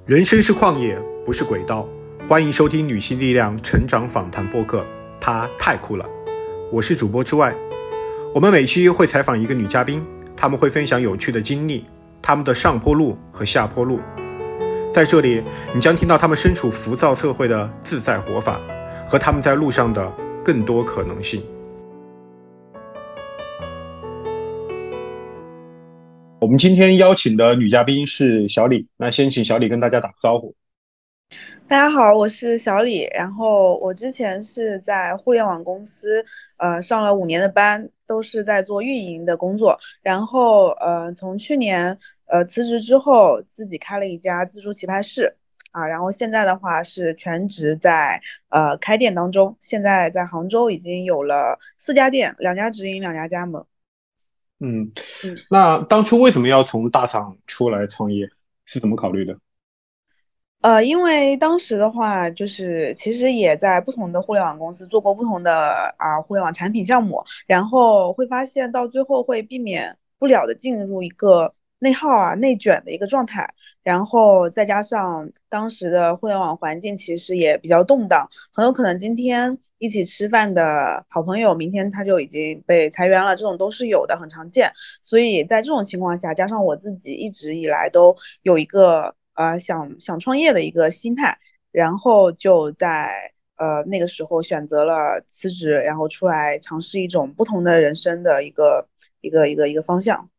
人生是旷野，不是轨道。欢迎收听女性力量成长访谈播客，她太酷了。我是主播之外，我们每期会采访一个女嘉宾，她们会分享有趣的经历，她们的上坡路和下坡路。在这里，你将听到她们身处浮躁社会的自在活法，和她们在路上的更多可能性。我们今天邀请的女嘉宾是小李，那先请小李跟大家打个招呼。 大家好，我是小李。然后我之前是在互联网公司，上了5年的班，都是在做运营的工作。然后从去年辞职之后，自己开了一家自助棋牌室啊。然后现在的话是全职在开店当中。现在在杭州已经有了4家店，2家直营，2家加盟。 那当初为什么要从大厂出来创业？是怎么考虑的？ 因为当时的话，就是其实也在不同的互联网公司做过不同的互联网产品项目，然后会发现到最后会避免不了的进入一个内耗内卷的一个状态，然后再加上当时的互联网环境其实也比较动荡，很有可能今天一起吃饭的好朋友，明天他就已经被裁员了，这种都是有的，很常见。所以在这种情况下，加上我自己一直以来都有一个想创业的一个心态，然后就在那个时候选择了辞职，然后出来尝试一种不同的人生的一个方向。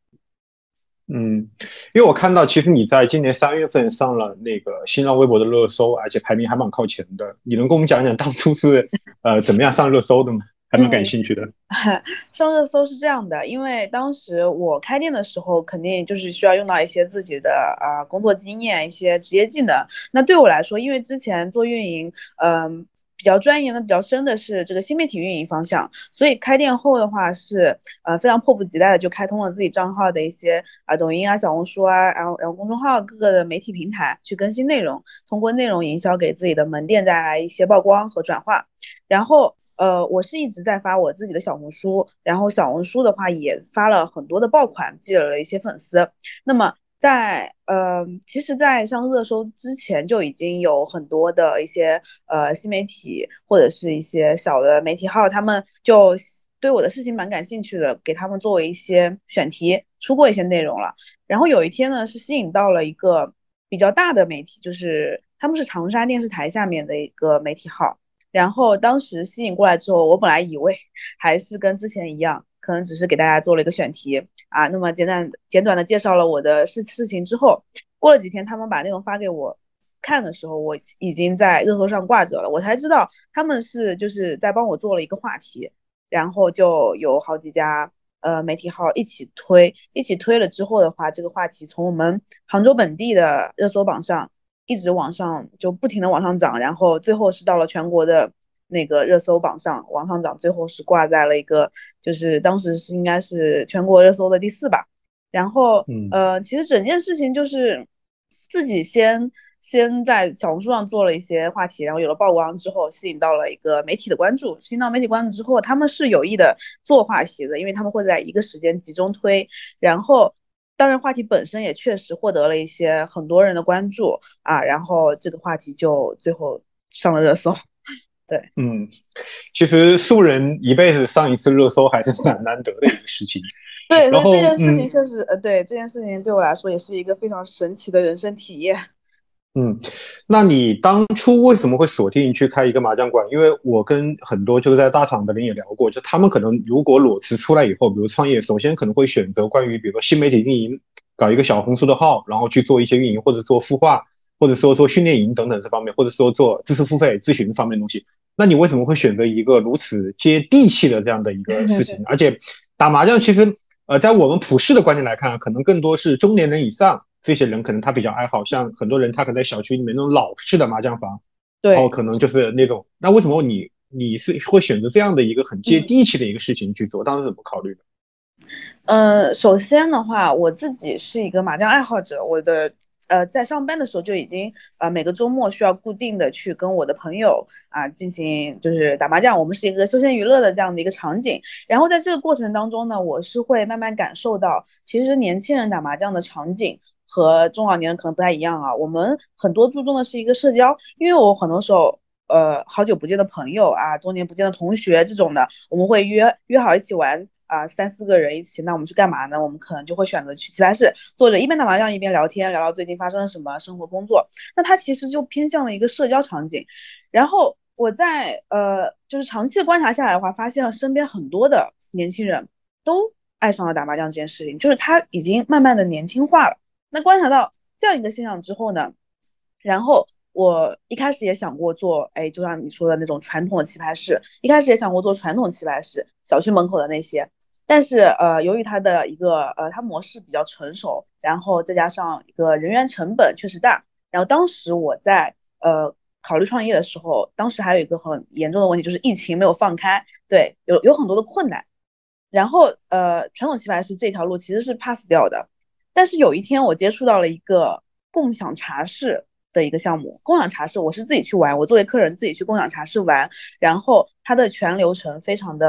因为我看到其实你在今年3月份上了那个新浪微博的热搜，而且排名还蛮靠前的。你能跟我们讲讲当初是怎么样上热搜的吗？还蛮感嗯， 兴趣的。 上热搜是这样的，因为当时我开店的时候，肯定就是需要用到一些自己的工作经验、一些职业技能。那对我来说，因为之前做运营，比较钻研的比较深的是这个新媒体运营方向，所以开店后的话是非常迫不及待的就开通了自己账号的一些抖音小红书然后公众号各个的媒体平台去更新内容，通过内容营销给自己的门店带来一些曝光和转化。然后我是一直在发我自己的小红书，然后小红书的话也发了很多的爆款，积累了一些粉丝。那么其实，在上热搜之前就已经有很多的一些新媒体或者是一些小的媒体号，他们就对我的事情蛮感兴趣的，给他们作为一些选题出过一些内容了。然后有一天呢，是吸引到了一个比较大的媒体，就是他们是长沙电视台下面的一个媒体号。然后当时吸引过来之后，我本来以为还是跟之前一样，可能只是给大家做了一个选题那么简短的介绍了我的事情之后，过了几天，他们把内容发给我看的时候，我已经在热搜上挂着了，我才知道他们是就是在帮我做了一个话题，然后就有好几家媒体号一起推了之后的话，这个话题从我们杭州本地的热搜榜上一直往上，就不停的往上涨，然后最后是到了全国的那个热搜榜上往上涨，最后是挂在了一个，就是当时是应该是全国热搜的第4吧。然后其实整件事情就是自己先在小红书上做了一些话题，然后有了曝光之后，吸引到了一个媒体的关注，吸引到媒体关注之后，他们是有意的做话题的，因为他们会在一个时间集中推，然后当然话题本身也确实获得了一些很多人的关注然后这个话题就最后上了热搜。对嗯，其实素人一辈子上一次热搜还是蛮难得的一个事情。 对，所然后以这件事情确实对这件事情对我来说也是一个非常神奇的人生体验。 嗯，那你当初为什么会锁定去开一个麻将馆？因为我跟很多就是在大厂的人也聊过，就他们可能如果裸辞出来以后，比如创业，首先可能会选择关于比如说新媒体运营，搞一个小红书的号，然后去做一些运营，或者做孵化，或者说做训练营等等这方面，或者说做知识付费咨询方面的东西。那你为什么会选择一个如此接地气的这样的一个事情？而且打麻将其实在我们普世的观点来看，可能更多是中年人以上这些人，可能他比较爱好，像很多人他可能在小区里面那种老式的麻将房，然后对， 可能就是那种，那为什么你是会选择这样的一个很接嗯。 地气的一个事情去做？当时怎么考虑的？ 首先的话，我自己是一个麻将爱好者，我的在上班的时候就已经每个周末需要固定的去跟我的朋友进行就是打麻将，我们是一个休闲娱乐的这样的一个场景。然后在这个过程当中呢，我是会慢慢感受到，其实年轻人打麻将的场景和中老年人可能不太一样啊，我们很多注重的是一个社交，因为我很多时候。好久不见的朋友啊，多年不见的同学这种的，我们会约好一起玩啊，三四个人一起，那我们去干嘛呢？我们可能就会选择去棋牌室，坐着一边打麻将一边聊天，聊聊最近发生了什么生活工作。那它其实就偏向了一个社交场景。然后我在就是长期的观察下来的话，发现了身边很多的年轻人都爱上了打麻将这件事情，就是他已经慢慢的年轻化了。那观察到这样一个现象之后呢，然后我一开始也想过做，哎，就像你说的那种传统的棋牌室，一开始也想过做传统棋牌室，小区门口的那些。但是由于它的一个它模式比较成熟，然后再加上一个人员成本确实大，然后当时我在考虑创业的时候，当时还有一个很严重的问题，就是疫情没有放开，对，有很多的困难。然后传统棋牌室这条路其实是 pass 掉的，但是有一天我接触到了一个共享茶室的一个项目，共享茶室我是自己去玩，我作为客人自己去共享茶室玩，然后它的全流程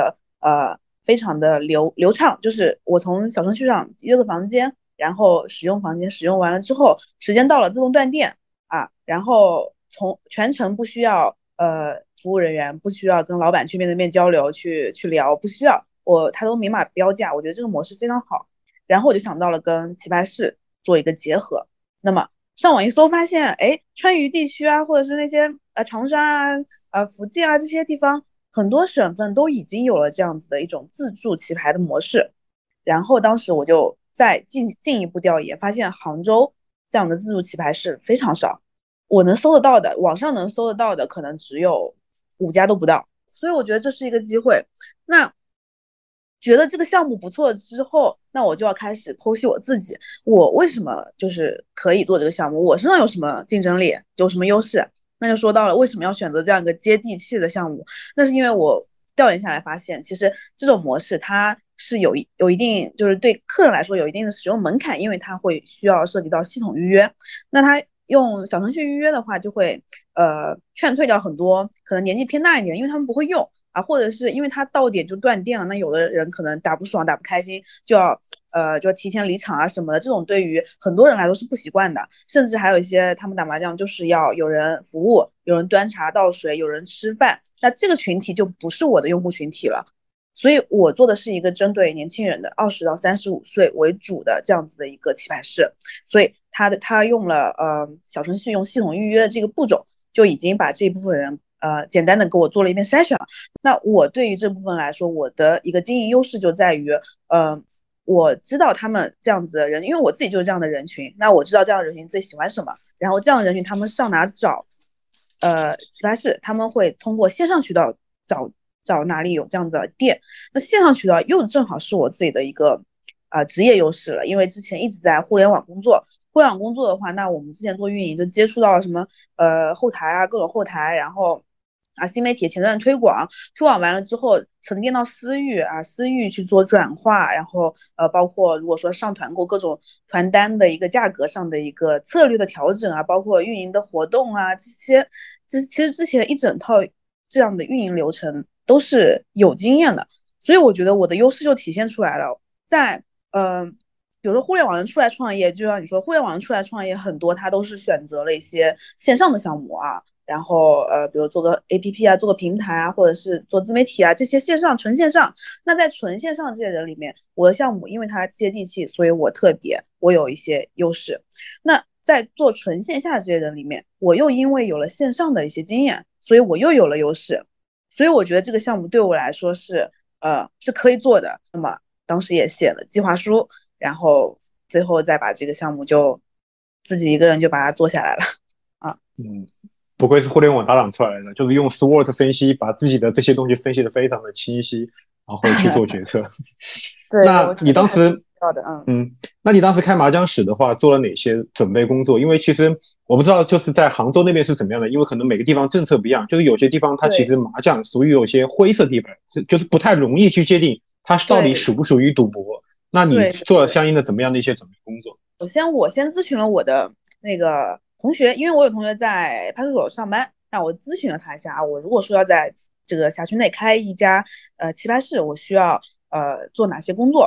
非常的流畅，就是我从小程序上约个房间，然后使用房间，使用完了之后，时间到了自动断电啊，然后从全程不需要服务人员，不需要跟老板去面对面交流去聊，不需要他都明码标价，我觉得这个模式非常好。然后我就想到了跟棋牌室做一个结合。那么上网一搜发现，哎，川渝地区啊，或者是那些长沙啊、福建啊这些地方，很多省份都已经有了这样子的一种自助棋牌的模式。然后当时我就再进一步调研，发现杭州这样的自助棋牌室非常少，我能搜得到的，网上能搜得到的可能只有5家都不到。所以我觉得这是一个机会。那觉得这个项目不错之后，那我就要开始剖析我自己，我为什么就是可以做这个项目，我身上有什么竞争力，有什么优势。那就说到了为什么要选择这样一个接地气的项目，那是因为我调研下来发现，其实这种模式它是有一定，就是对客人来说有一定的使用门槛，因为它会需要涉及到系统预约。那它用小程序预约的话，就会劝退掉很多可能年纪偏大一点，因为他们不会用。啊，或者是因为他到点就断电了，那有的人可能打不爽、打不开心，就要提前离场啊什么的，这种对于很多人来说是不习惯的，甚至还有一些他们打麻将就是要有人服务，有人端茶倒水，有人吃饭，那这个群体就不是我的用户群体了。所以我做的是一个针对年轻人的20到35岁为主的这样子的一个棋牌室，所以他用了小程序用系统预约的这个步骤，就已经把这一部分人简单的给我做了一遍筛选了。那我对于这部分来说，我的一个经营优势就在于，我知道他们这样子的人，因为我自己就是这样的人群，那我知道这样的人群最喜欢什么，然后这样的人群他们上哪找，棋牌室，他们会通过线上渠道找哪里有这样的店，那线上渠道又正好是我自己的一个职业优势了，因为之前一直在互联网工作。互联网工作的话，那我们之前做运营就接触到了什么后台啊，各种后台，然后新媒体前端推广，推广完了之后沉淀到私域啊，私域去做转化，然后包括如果说上团购各种团单的一个价格上的一个策略的调整啊，包括运营的活动啊这些，其实之前一整套这样的运营流程都是有经验的，所以我觉得我的优势就体现出来了，在比如说互联网人出来创业，就像你说，互联网人出来创业很多，他都是选择了一些线上的项目啊，然后比如做个 APP 啊，做个平台啊，或者是做自媒体啊，这些线上纯线上。那在纯线上这些人里面，我的项目因为它接地气，所以我特别我有一些优势。那在做纯线下这些人里面，我又因为有了线上的一些经验，所以我又有了优势。所以我觉得这个项目对我来说是可以做的。那么当时也写了计划书，然后最后再把这个项目就自己一个人就把它做下来了啊。 嗯，不愧是互联网大厂出来的，就是用 SWOT 分析，把自己的这些东西分析的非常的清晰，然后去做决策。 对，我那你觉得还是当时， 要的， 那你当时开麻将室的话，做了哪些准备工作？因为其实我不知道，就是在杭州那边是怎么样的，因为可能每个地方政策不一样，就是有些地方它其对实麻将属于有些灰色地带，就是不太容易去界定它到底对属不属于赌博。那你对做了对。 相应的怎么样的一些准备工作？ 我先咨询了我的那个同学，因为我有同学在派出所上班，那我咨询了他一下啊，我如果说要在这个辖区内开一家棋牌室，我需要做哪些工作？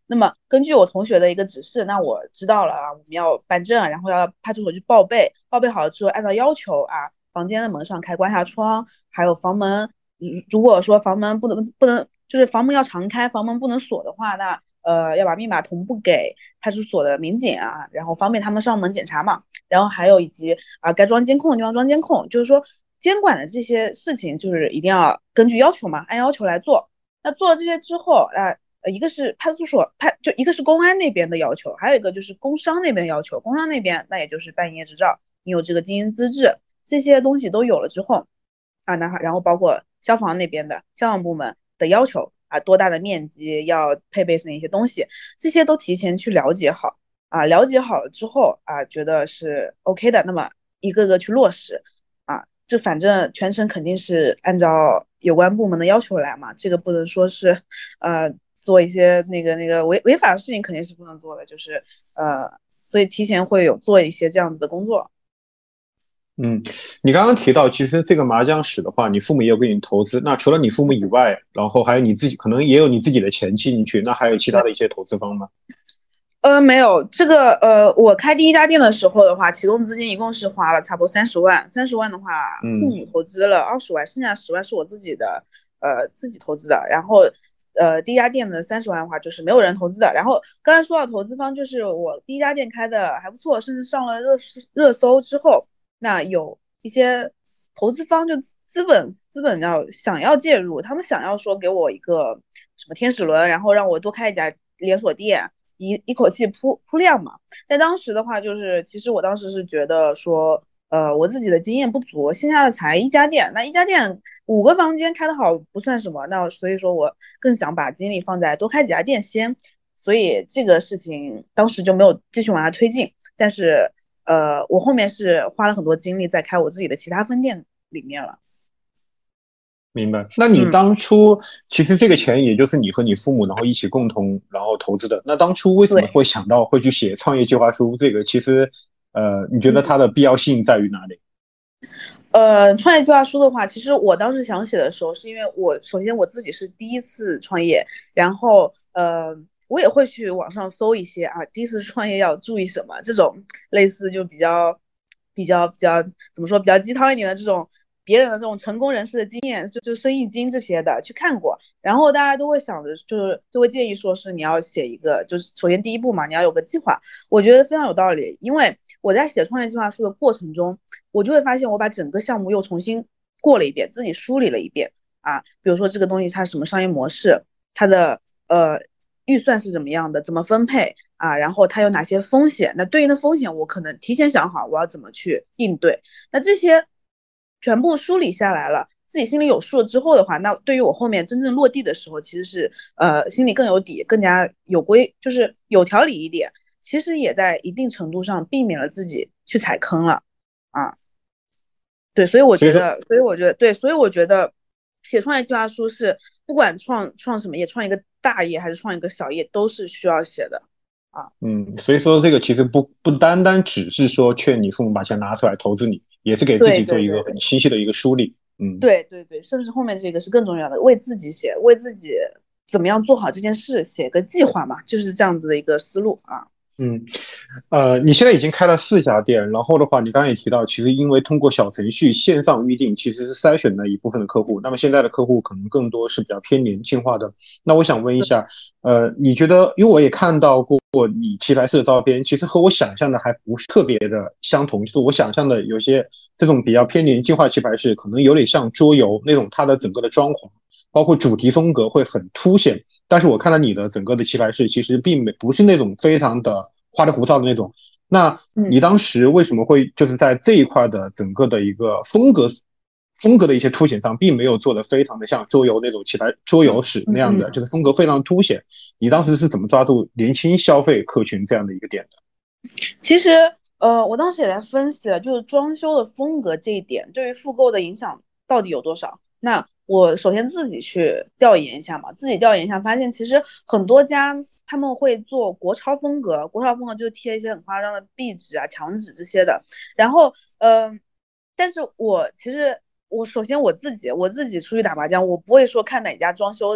那么根据我同学的一个指示，那我知道了啊，我们要办证，然后要派出所去报备，报备好了之后，按照要求啊，房间的门上开关下窗，还有房门，如果说房门不能，就是房门要常开，房门不能锁的话，那要把密码同步给派出所的民警啊，然后方便他们上门检查嘛。然后还有以及该装监控的地方装监控，就是说监管的这些事情就是一定要根据要求嘛，按要求来做。那做了这些之后，一个是派出所就一个是公安那边的要求，还有一个就是工商那边的要求。工商那边那也就是办营业执照，你有这个经营资质，这些东西都有了之后那然后包括消防那边的消防部门的要求多大的面积要配备是哪些东西，这些都提前去了解好了解好了之后觉得是 OK 的，那么一个个去落实这反正全程肯定是按照有关部门的要求来嘛，这个不能说是做一些那个违法的事情肯定是不能做的，就是所以提前会有做一些这样子的工作。 你刚刚提到，其实这个麻将室的话，你父母也有给你投资。那除了你父母以外，然后还有你自己，可能也有你自己的钱进进去。那还有其他的一些投资方吗？ 没有这个我开第一家店的时候的话，启动资金一共是花了差不多30万，30万的话，父嗯， 母投资了20万，剩下10万是我自己的自己投资的。然后第一家店的30万的话就是没有人投资的。然后刚才说到投资方，就是我第一家店开的还不错，甚至上了热搜之后，那有一些投资方就资本想要介入，他们想要说给我一个什么天使轮，然后让我多开一家连锁店。一口气铺量嘛。在当时的话，就是其实我当时是觉得说，我自己的经验不足，线下的才一家店，那一家店5个房间开得好不算什么，那所以说我更想把精力放在多开几家店先，所以这个事情当时就没有继续往下推进。但是我后面是花了很多精力在开我自己的其他分店里面了。 明白。那你嗯， 当初其实这个钱也就是你和你父母然后一起共同然后投资的。那当初为什么对。 会想到会去写创业计划书？这个其实你觉得它嗯。 的必要性在于哪里？ 创业计划书的话，其实我当时想写的时候，是因为我首先我自己是第一次创业，然后我也会去网上搜一些第一次创业要注意什么这种类似就比较怎么说比较鸡汤一点的这种别人的这种成功人士的经验，就生意经这些的去看过，然后大家都会想着就是就会建议说是你要写一个，就是首先第一步嘛，你要有个计划，我觉得非常有道理，因为我在写创业计划书的过程中。我就会发现我把整个项目又重新过了一遍，自己梳理了一遍比如说这个东西它什么商业模式，它的预算是怎么样的，怎么分配然后它有哪些风险，那对应的风险我可能提前想好我要怎么去应对，那这些全部梳理下来了。自己心里有数了之后的话，那对于我后面真正落地的时候，其实是心里更有底，更加就是有条理一点。其实也在一定程度上避免了自己去踩坑了啊。对，所以我所以说， 觉得，所以我觉得写创业计划书是不管创什么业，创一个大业还是创一个小业，都是需要写的啊。 所以说这个其实不单单只是说劝你父母把钱拿出来投资你，也是给自对己做一个很对对对清晰的一个梳理。 对对对，甚至后面这个是更重要的，为自己写，为自己怎么样做好这件事写个计划嘛，就是这样子的一个思路啊。 嗯，你现在已经开了4家店，然后的话，你刚刚也提到，其实因为通过小程序线上预订，其实是筛选了一部分的客户。那么现在的客户可能更多是比较偏年轻化的。那我想问一下，你觉得，因为我也看到过你棋牌室的照片，其实和我想象的还不是特别的相同。就是我想象的有些这种比较偏年轻化棋牌室，可能有点像桌游那种，它的整个的装潢，包括主题风格会很凸显。但是我看到你的整个的棋牌室，其实不是那种非常的花里胡哨的那种。那嗯你当时为什么会就是在这一块的整个的一个风格的一些凸显上，并没有做的非常的像桌游那种棋牌桌游室那样的， 嗯嗯。 就是风格非常凸显。你当时是怎么抓住年轻消费客群这样的一个点的？ 其实，我当时也在分析了，就是装修的风格这一点对于复购的影响到底有多少？那我首先自己去调研一下嘛，自己调研一下，发现其实很多家他们会做国潮风格，国潮风格就贴一些很夸张的壁纸墙纸这些的。然后，但是我其实首先我自己出去打麻将，我不会说看哪家装修的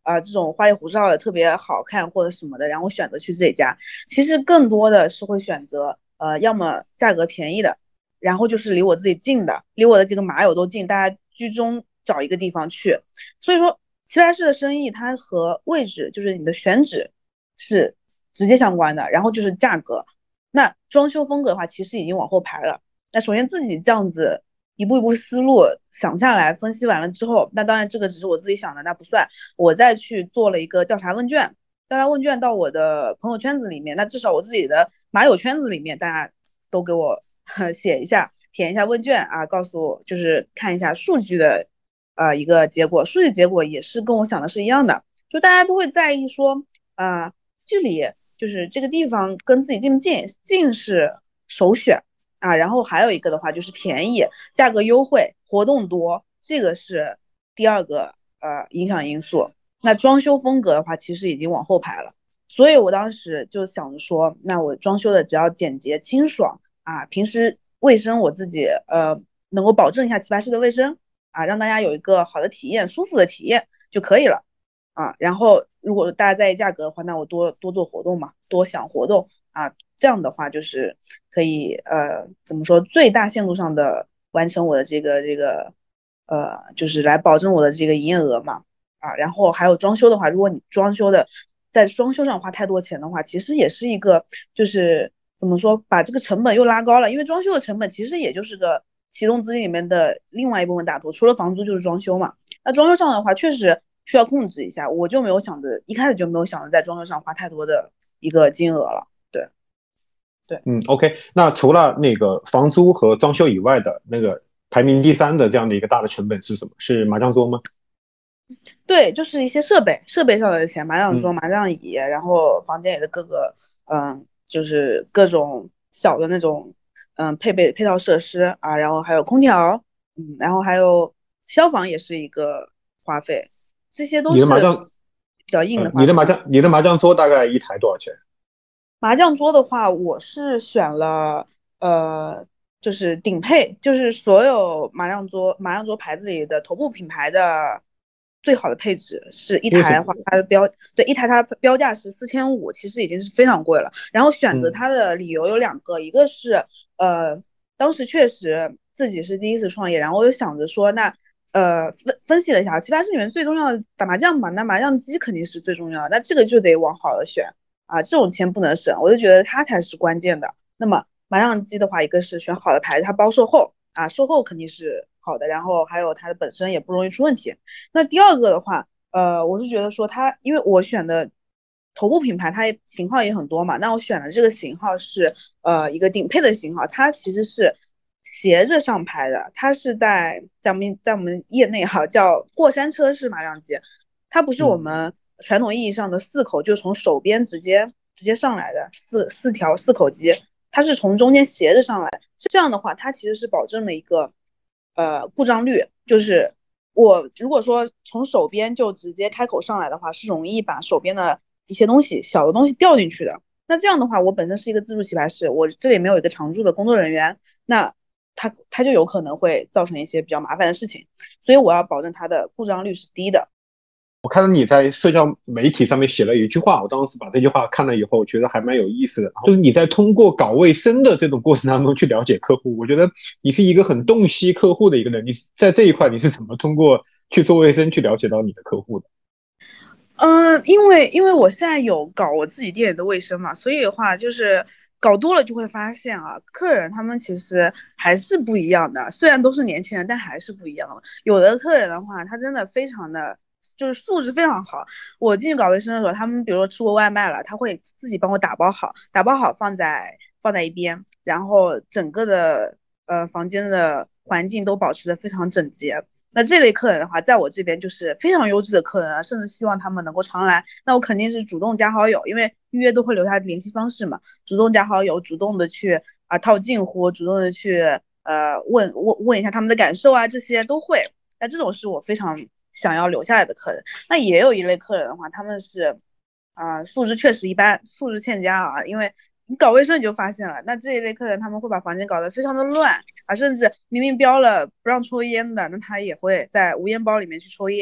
这种花里胡哨的特别好看或者什么的，然后选择去这家。其实更多的是会选择要么价格便宜的，然后就是离我自己近的，离我的几个马友都近，大家居中找一个地方去。所以说，棋牌室的生意它和位置，就是你的选址是直接相关的，然后就是价格。那装修风格的话，其实已经往后排了。那首先自己这样子一步一步思路想下来，分析完了之后，那当然这个只是我自己想的，那不算。我再去做了一个调查问卷，调查问卷到我的朋友圈子里面，那至少我自己的马友圈子里面，大家都给我写一下，填一下问卷啊，告诉我就是看一下数据的一个结果，数据结果也是跟我想的是一样的，就大家都会在意说距离，就是这个地方跟自己近不近，近是首选啊，然后还有一个的话就是便宜，价格优惠，活动多，这个是第二个影响因素。那装修风格的话，其实已经往后排了，所以我当时就想着说，那我装修的只要简洁清爽啊，平时卫生我自己能够保证一下棋牌室的卫生啊，让大家有一个好的体验、舒服的体验就可以了啊。然后如果大家在意价格的话，那我多做活动嘛，多想活动啊，这样的话就是可以怎么说，最大限度上的完成我的这个就是来保证我的这个营业额嘛。啊，然后还有装修的话，如果你装修的在装修上花太多钱的话，其实也是一个就是怎么说，把这个成本又拉高了，因为装修的成本其实也就是个启动资金里面的另外一部分大头，除了房租就是装修嘛。那装修上的话，确实需要控制一下，我就没有想着一开始就没有想着在装修上花太多的一个金额了。对对。 OK，那除了那个房租和装修以外的那个排名第三的这样的一个大的成本是什么？是麻将桌吗？ 对，就是一些设备上的钱，麻将桌、 嗯， 麻将椅，然后房间里的各个，就是各种小的那种，配套设施啊，然后还有空调，然后还有消防也是一个花费，这些都你的麻是将， 比较硬的花费。 你的麻将，你的麻将桌大概一台多少钱？ 麻将桌的话，我是选了呃，就是顶配，就是所有麻将桌牌子里的头部品牌的最好的配置，是一为什么？ 台的话，它标价是4500，其实已经是非常贵了。然后选择嗯它的理由有两个，一个是当时确实自己是第一次创业，然后我就想着说，那分析了一下，棋牌室里面最重要的打麻将嘛，那麻将机肯定是最重要的，那这个就得往好的选。啊，这种钱不能省，我就觉得它才是关键的。那么麻将机的话，一个是选好的牌子，它包售后啊，售后肯定是好的，然后还有它的本身也不容易出问题。那第二个的话，我是觉得说它，因为我选的头部品牌，它型号也很多嘛，那我选的这个型号是一个顶配的型号，它其实是斜着上牌的，它是在我们业内哈叫过山车式麻将机，它不是我嗯。 们传统意义上的四口，就从手边直接上来的四条四口机，它是从中间斜着上来。这样的话，它其实是保证了一个故障率，就是我如果说从手边就直接开口上来的话，是容易把手边的一些东西小的东西掉进去的。那这样的话，我本身是一个自助棋牌室，我这里没有一个常驻的工作人员，那它就有可能会造成一些比较麻烦的事情，所以我要保证它的故障率是低的。 我看到你在社交媒体上面写了一句话，我当时把这句话看了以后，觉得还蛮有意思的。就是你在通过搞卫生的这种过程当中去了解客户，我觉得你是一个很洞悉客户的一个人。你在这一块你是怎么通过去做卫生去了解到你的客户的？ 因为我现在有搞我自己店里的卫生嘛，所以的话就是搞多了就会发现啊，客人他们其实还是不一样的，虽然都是年轻人，但还是不一样的。有的客人的话，他真的非常的就是素质非常好。我进去搞卫生的时候，他们比如说吃过外卖了，他会自己帮我打包好，打包好放在一边，然后整个的房间的环境都保持的非常整洁。那这类客人的话，在我这边就是非常优质的客人啊，甚至希望他们能够常来。那我肯定是主动加好友，因为预约都会留下联系方式嘛，主动加好友，主动的去套近乎，主动的去问一下他们的感受啊，这些都会。那这种是我非常想要留下来的客人。那也有一类客人的话，他们是素质确实一般，素质欠佳啊，因为你搞卫生你就发现了，那这一类客人他们会把房间搞得非常的乱啊，甚至明明标了不让抽烟的，那他也会在无烟包里面去抽烟，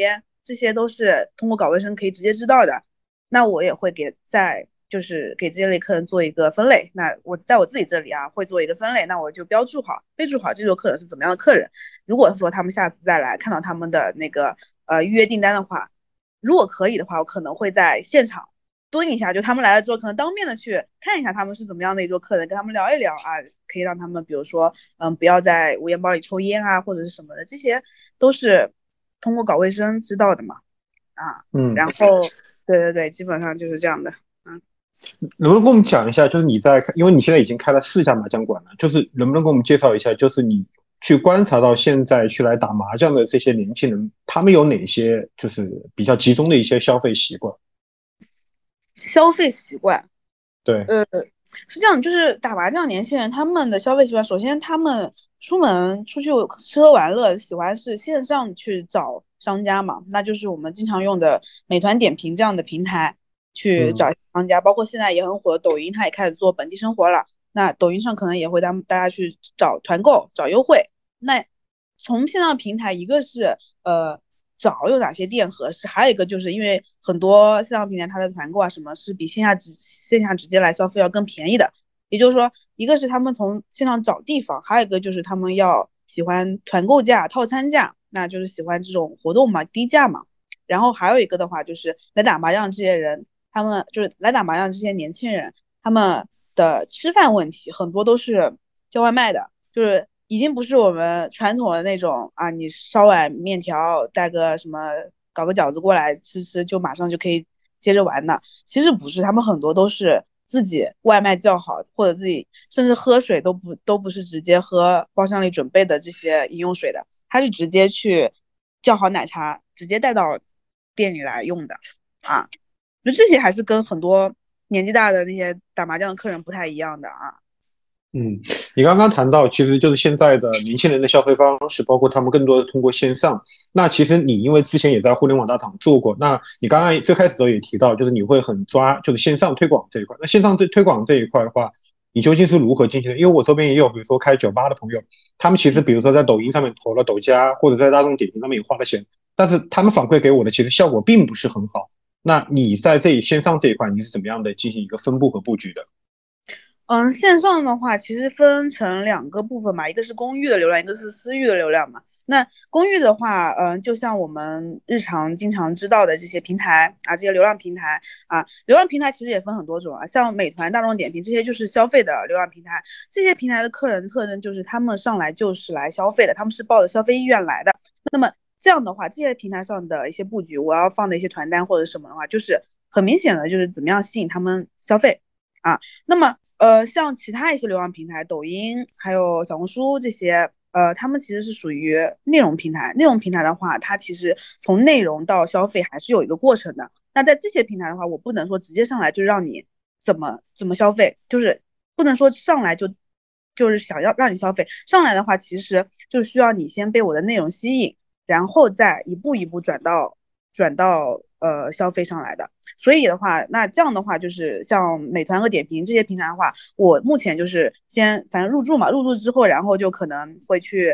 这些都是通过搞卫生可以直接知道的。那我也会就是给这类客人做一个分类。那我在我自己这里会做一个分类，那我就标注好、备注好这桌客人是怎么样的客人。如果说他们下次再来看到他们的那个预约订单的话，如果可以的话，我可能会在现场蹲一下，就他们来了之后，可能当面的去看一下他们是怎么样的一桌客人，跟他们聊一聊可以让他们比如说不要在无烟包里抽烟或者是什么的，这些都是通过搞卫生知道的嘛。然后对，基本上就是这样的。 能不能跟我们讲一下，就是因为你现在已经开了4家麻将馆了，就是能不能给我们介绍一下，就是你去观察到现在去来打麻将的这些年轻人，他们有哪些就是比较集中的一些消费习惯？ 消费习惯， 对， 是这样，就是打麻将年轻人他们的消费习惯，首先他们出门出去吃喝玩乐，喜欢是线上去找商家嘛，那就是我们经常用的美团点评这样的平台去找商家，包括现在也很火的抖音，它也开始做本地生活了。那抖音上可能也会让大家去找团购、找优惠。那从线上平台，一个是找有哪些店合适，还有一个就是因为很多线上平台它的团购什么是比线下直接来消费要更便宜的，也就是说，一个是他们从线上找地方，还有一个就是他们要喜欢团购价、套餐价，那就是喜欢这种活动嘛，低价嘛。然后还有一个的话就是来打麻将这些人，他们就是来打麻将这些年轻人，他们的吃饭问题很多都是叫外卖的，就是已经不是我们传统的那种你烧碗面条带个什么搞个饺子过来吃吃就马上就可以接着玩的。其实不是，他们很多都是自己外卖叫好，或者自己甚至喝水都不是直接喝包厢里准备的这些饮用水的，他是直接去叫好奶茶直接带到店里来用的就这些还是跟很多年纪大的那些打麻将的客人不太一样的你刚刚谈到，其实就是现在的年轻人的消费方式，包括他们更多的通过线上。那其实你因为之前也在互联网大厂做过，那你刚刚最开始的时候也提到，就是你会很抓就是线上推广这一块。那线上推广这一块的话，你究竟是如何进行的？因为我周边也有，比如说开酒吧的朋友，他们其实比如说在抖音上面投了抖加，或者在大众点评上面也花了钱，但是他们反馈给我的其实效果并不是很好。那你在线上这一块，你是怎么样的进行一个分布和布局的？ 线上的话其实分成2个部分嘛，一个是公域的流量，一个是私域的流量嘛。那公域的话，就像我们日常经常知道的这些平台这些流量平台流量平台其实也分很多种像美团、大众点评这些就是消费的流量平台。这些平台的客人特征就是他们上来就是来消费的，他们是抱着消费意愿来的。那么这样的话，这些平台上的一些布局，我要放的一些团单或者什么的话，就是很明显的就是怎么样吸引他们消费那么像其他一些流量平台，抖音还有小红书这些，他们其实是属于内容平台。内容平台的话，它其实从内容到消费还是有一个过程的。那在这些平台的话，我不能说直接上来就让你怎么消费，就是不能说上来就是想要让你消费。上来的话，其实就需要你先被我的内容吸引，然后再一步一步转到消费上来的。所以的话，那这样的话就是像美团和点评这些平台的话，我目前就是先反正入驻嘛，入驻之后，然后就可能会去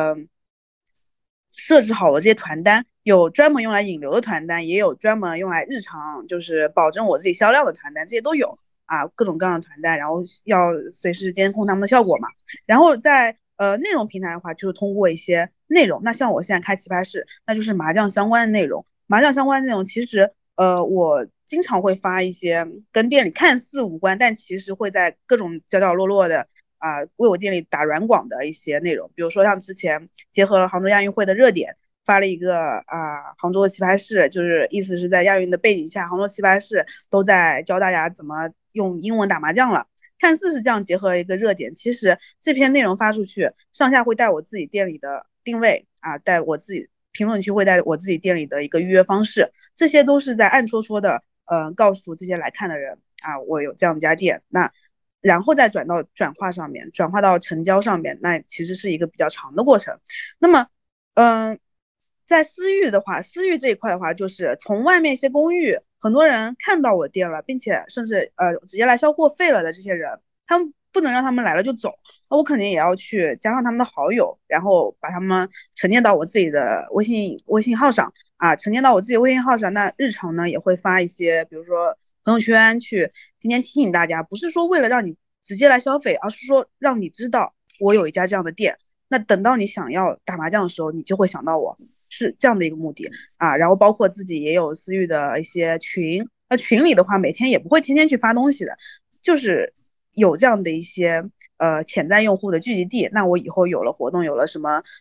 设置好了这些团单，有专门用来引流的团单，也有专门用来日常就是保证我自己销量的团单，这些都有各种各样的团单，然后要随时监控他们的效果嘛。然后在内容平台的话，就是通过一些内容，那像我现在开棋牌室，那就是麻将相关的内容。麻将相关的内容其实我经常会发一些跟店里看似无关，但其实会在各种角角落落的为我店里打软广的一些内容。比如说像之前结合了杭州亚运会的热点，发了一个杭州的棋牌室，就是意思是在亚运的背景下，杭州棋牌室都在教大家怎么用英文打麻将了。看似是这样结合了一个热点，其实这篇内容发出去，上下会带我自己店里的定位带我自己评论区会带我自己店里的一个预约方式，这些都是在暗戳戳的告诉这些来看的人我有这样一家店。那然后再转到转化上面，转化到成交上面，那其实是一个比较长的过程。那么在私域的话，私域这一块的话，就是从外面一些公寓，很多人看到我店了，并且甚至直接来消过费了的这些人，他们不能让他们来了就走，那我肯定也要去加上他们的好友，然后把他们沉淀到我自己的微信号上啊，沉淀到我自己的微信号上。那日常呢也会发一些，比如说朋友圈去天天提醒大家，不是说为了让你直接来消费，而是说让你知道我有一家这样的店。那等到你想要打麻将的时候，你就会想到我，是这样的一个目的啊。然后包括自己也有私域的一些群，那群里的话每天也不会天天去发东西的，就是有这样的一些潜在用户的聚集地。那我以后有了活动，有了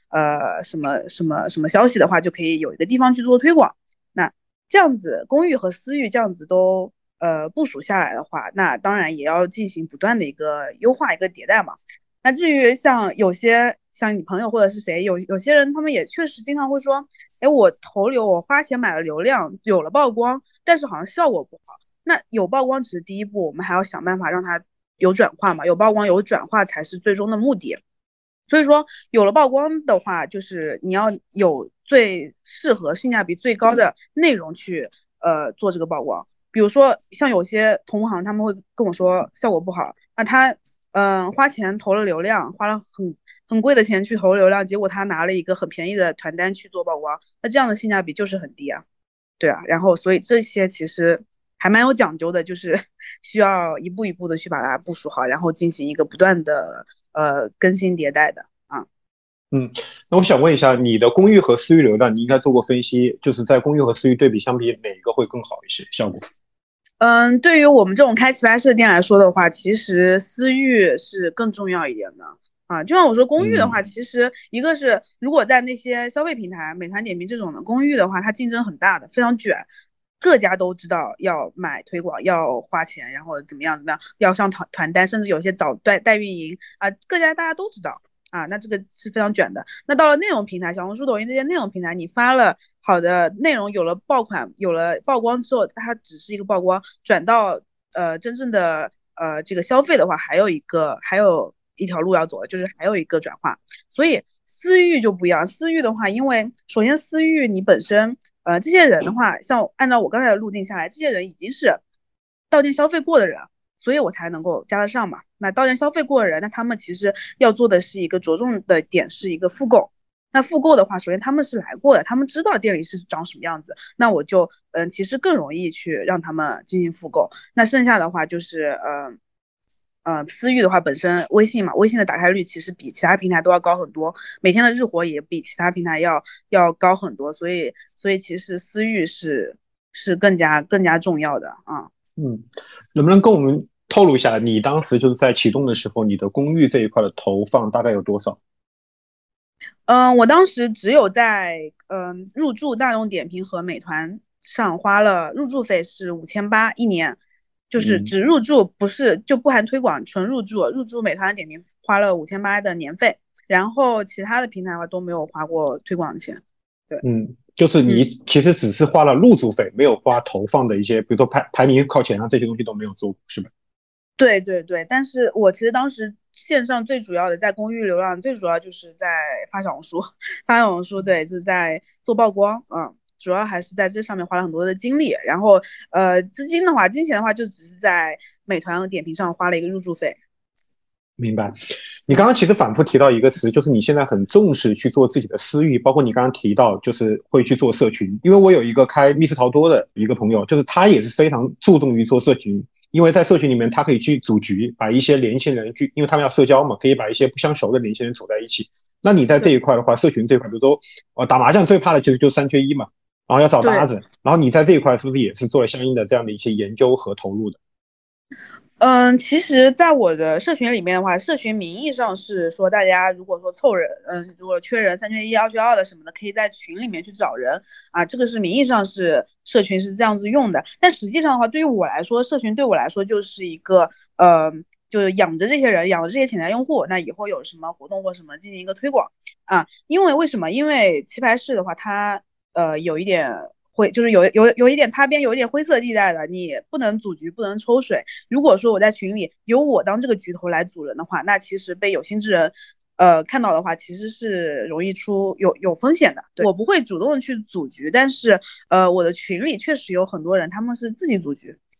什么消息的话，就可以有一个地方去做推广。那这样子公域和私域这样子都部署下来的话，那当然也要进行不断的一个优化一个迭代嘛。那至于像有些像你朋友或者是谁，有些人他们也确实经常会说，哎，我投流，我花钱买了流量，有了曝光，但是好像效果不好。那有曝光只是第一步，我们还要想办法让它有转化嘛，有曝光有转化才是最终的目的。所以说，有了曝光的话，就是你要有最适合性价比最高的内容去做这个曝光。比如说像有些同行他们会跟我说效果不好，那他花钱投了流量，花了很贵的钱去投流量，结果他拿了一个很便宜的团单去做曝光，那这样的性价比就是很低啊。对啊，然后所以这些其实还蛮有讲究的，就是需要一步一步的去把它部署好，然后进行一个不断的更新迭代的啊。 嗯，那我想问一下，你的公域和私域流量，你应该做过分析，就是在公域和私域对比相比，哪个会更好一些效果？ 对于我们这种开棋牌室的店来说的话，其实私域是更重要一点的啊。就像我说公域的话， 嗯其实一个是如果在那些消费平台，美团点评这种的公域的话，它竞争很大的，非常卷，各家都知道要买推广，要花钱，然后怎么样怎么样，要上团单，甚至有些找代运营啊，各家大家都知道。啊，那这个是非常卷的。那到了内容平台，小红书、抖音这些内容平台，你发了好的内容，有了爆款，有了曝光之后，它只是一个曝光，转到真正的这个消费的话，还有一条路要走的，就是还有一个转化。所以私域就不一样，私域的话，因为首先私域你本身这些人的话，像按照我刚才的路径下来，这些人已经是到店消费过的人，所以我才能够加得上嘛。那到店消费过的人，那他们其实要做的是一个着重的点是一个复购。那复购的话，首先他们是来过的，他们知道店里是长什么样子，那我就其实更容易去让他们进行复购。那剩下的话就是私域的话，本身微信嘛，微信的打开率其实比其他平台都要高很多，每天的日活也比其他平台要高很多，所以其实私域是更加重要的啊。 能不能跟我们透露一下，你当时就是在启动的时候，你的公寓这一块的投放大概有多少？ 我当时只有在入驻大众点评和美团上花了入驻费是5800一年，就是嗯只入驻，不是就不含推广，纯入驻。入驻美团点评花了5800的年费，然后其他的平台的话都没有花过推广钱。对， 就是你嗯。 其实只是花了入驻费，没有花投放的一些，比如说排名靠前啊这些东西都没有做，是吧？ 对对对，但是我其实当时线上最主要的在公域流量，最主要就是在发小红书，发小红书对，就在做曝光，主要还是在这上面花了很多的精力。然后资金的话，金钱的话，就只是在美团和点评上花了一个入驻费。 明白。你刚嗯， 刚其实反复提到一个词，就是你现在很重视去做自己的私域，包括你刚刚提到就是会去做社群。因为我有一个开密室逃脱的一个朋友，就是他也是非常注重于做社群，因为在社群里面他可以去组局，把一些年轻人去，因为他们要社交嘛，可以把一些不相熟的年轻人组在一起。那你在这对一块的话，社群这一块，比如说打麻将最怕的其实就是3缺1嘛，然后要找搭对。 子，然后你在这一块是不是也是做了相应的这样的一些研究和投入的？ 其实，在我的社群里面的话，社群名义上是说，大家如果说凑人，如果缺人3缺1、2缺2的什么的，可以在群里面去找人啊，这个是名义上是社群是这样子用的。但实际上的话，对于我来说，社群对我来说就是一个就是养着这些人，养着这些潜在用户，那以后有什么活动或什么进行一个推广啊。因为为什么？因为棋牌室的话，它有一点。就是有一点擦边，有一点灰色地带的，你不能组局，不能抽水。如果说我在群里由我当这个局头来组人的话，那其实被有心之人看到的话，其实是容易有风险的。对，我不会主动去组局，但是我的群里确实有很多人他们是自己组局，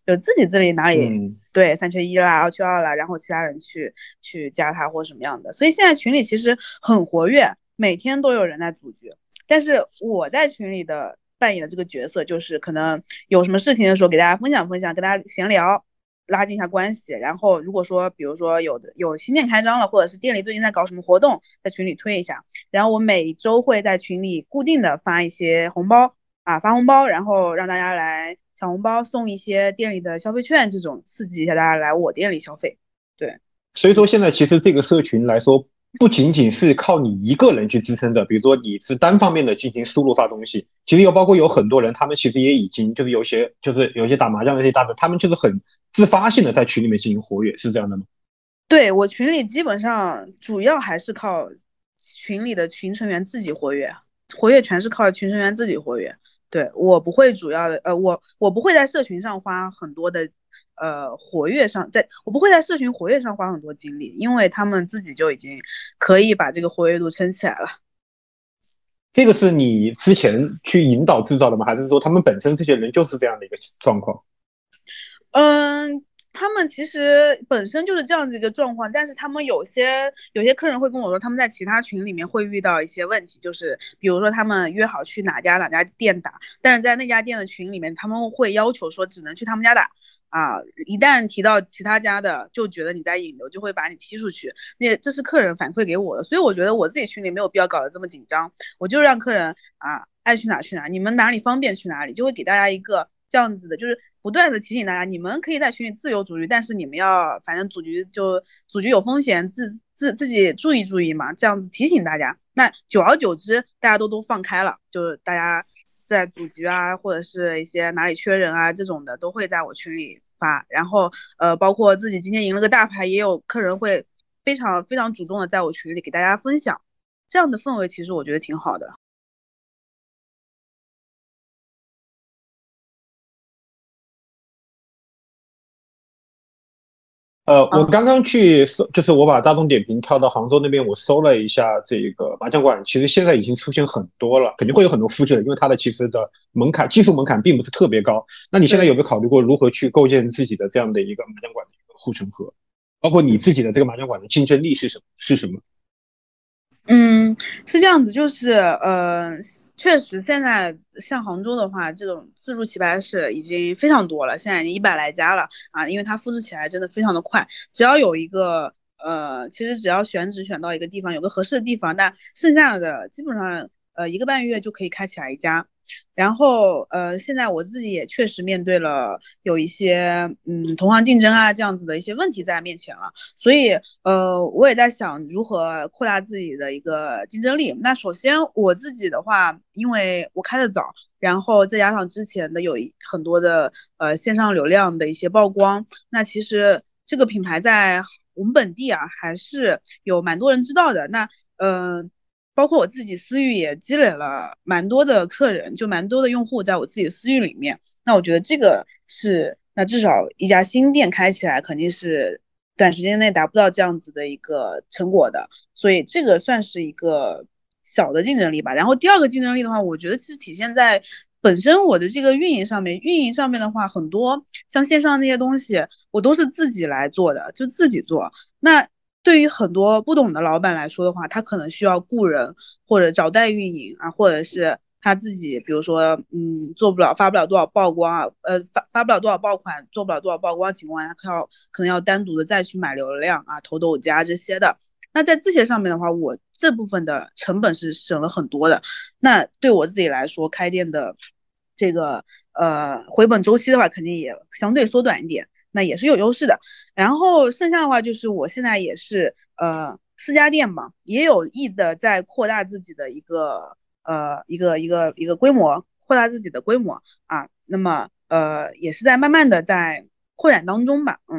就自己这里哪里嗯。 对3缺1啦、2缺2啦，然后其他人去加他或什么样的。所以现在群里其实很活跃，每天都有人在组局。但是我在群里的扮演的这个角色，就是可能有什么事情的时候给大家分享分享，跟大家闲聊，拉近一下关系。然后如果说比如说有新店开张了，或者是店里最近在搞什么活动，在群里推一下。然后我每周会在群里固定的发一些红包啊，发红包，然后让大家来抢红包，送一些店里的消费券，这种刺激一下大家来我店里消费。对。 所以说现在其实这个社群来说，不仅仅是靠你一个人去支撑的，比如说你是单方面的进行输入发东西，其实又包括有很多人，他们其实也已经就是有些打麻将的这些大的，他们就是很自发性的在群里面进行活跃，是这样的吗？ 对，我群里基本上主要还是靠群里的群成员自己活跃，活跃全是靠群成员自己活跃。对，我不会主要的，我不会在社群上花很多的，活跃上，我不会在社群活跃上花很多精力，因为他们自己就已经可以把这个活跃度撑起来了。 这个是你之前去引导制造的吗？还是说他们本身这些人就是这样的一个状况？ 嗯，他们其实本身就是这样子一个状况，但是他们有些客人会跟我说，他们在其他群里面会遇到一些问题，就是比如说他们约好去哪家店打，但是在那家店的群里面，他们会要求说只能去他们家打啊，一旦提到其他家的，就觉得你在引流，就会把你踢出去。这是客人反馈给我的，所以我觉得我自己群里没有必要搞得这么紧张，我就让客人啊爱去哪去哪，你们哪里方便去哪里，就会给大家一个这样子的，就是不断的提醒大家，你们可以在群里自由组局，但是你们要反正组局有风险，自己注意注意嘛，这样子提醒大家。那久而久之，大家都放开了，就是大家在组局啊，或者是一些哪里缺人啊这种的，都会在我群里发。然后包括自己今天赢了个大牌，也有客人会非常非常主动的在我群里给大家分享，这样的氛围其实我觉得挺好的。 我刚刚去搜，就是我把大众点评跳到杭州那边，我搜了一下这个麻将馆，其实现在已经出现很多了，肯定会有很多复制的，因为它的其实的技术门槛并不是特别高。那你现在有对。 没有考虑过如何去构建自己的这样的一个麻将馆的一个护城河？包括你自己的这个麻将馆的竞争力是什么？是什么？ 嗯，是这样子，就是确实现在像杭州的话，这种自助棋牌室已经非常多了，现在已经100来家了啊，因为它复制起来真的非常的快，只要有一个其实只要选址选到一个地方，有个合适的地方，那剩下的基本上1个半月就可以开起来一家。然后现在我自己也确实面对了有一些同行竞争啊这样子的一些问题在面前了。所以我也在想如何扩大自己的一个竞争力。那首先我自己的话，因为我开的早，然后再加上之前的很多的线上流量的一些曝光，那其实这个品牌在我们本地啊还是有蛮多人知道的。那包括我自己私域也积累了蛮多的客人，就蛮多的用户在我自己的私域里面。那我觉得这个是，那至少一家新店开起来肯定是短时间内达不到这样子的一个成果的，所以这个算是一个小的竞争力吧。然后第二个竞争力的话，我觉得其实体现在本身我的这个运营上面。运营上面的话，很多像线上那些东西，我都是自己来做的，就自己做。那对于很多不懂的老板来说的话，他可能需要雇人或者找代运营啊，或者是他自己，比如说，做不了发不了多少曝光啊，发不了多少爆款，做不了多少曝光情况下，可能要单独的再去买流量啊，投抖加这些的。那在这些上面的话，我这部分的成本是省了很多的。那对我自己来说，开店的这个回本周期的话，肯定也相对缩短一点，那也是有优势的。然后剩下的话就是我现在也是4家店嘛，也有意的在扩大自己的一个规模，扩大自己的规模啊。那么也是在慢慢的在扩展当中吧。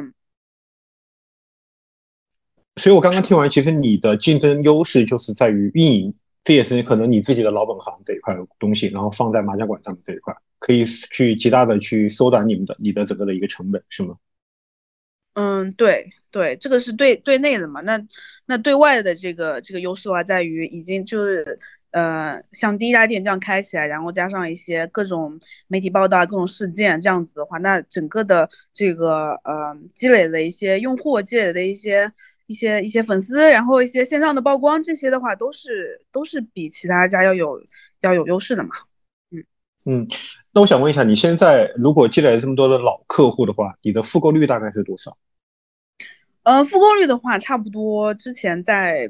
所以我刚刚听完，其实你的竞争优势就是在于运营，这也是可能你自己的老本行这一块东西，然后放在麻将馆上面这一块，可以去极大的去缩短你的整个的一个成本，是吗？ 对对，这个是对内的嘛。那对外的这个优势的话，在于已经就是像第一家店这样开起来，然后加上一些各种媒体报道、各种事件这样子的话，那整个的这个积累的一些用户、积累的一些粉丝，然后一些线上的曝光，这些的话都是比其他家要有优势的嘛。 嗯，那我想问一下，你现在如果积累了这么多的老客户的话，你的复购率大概是多少？ 复购率的话，差不多之前在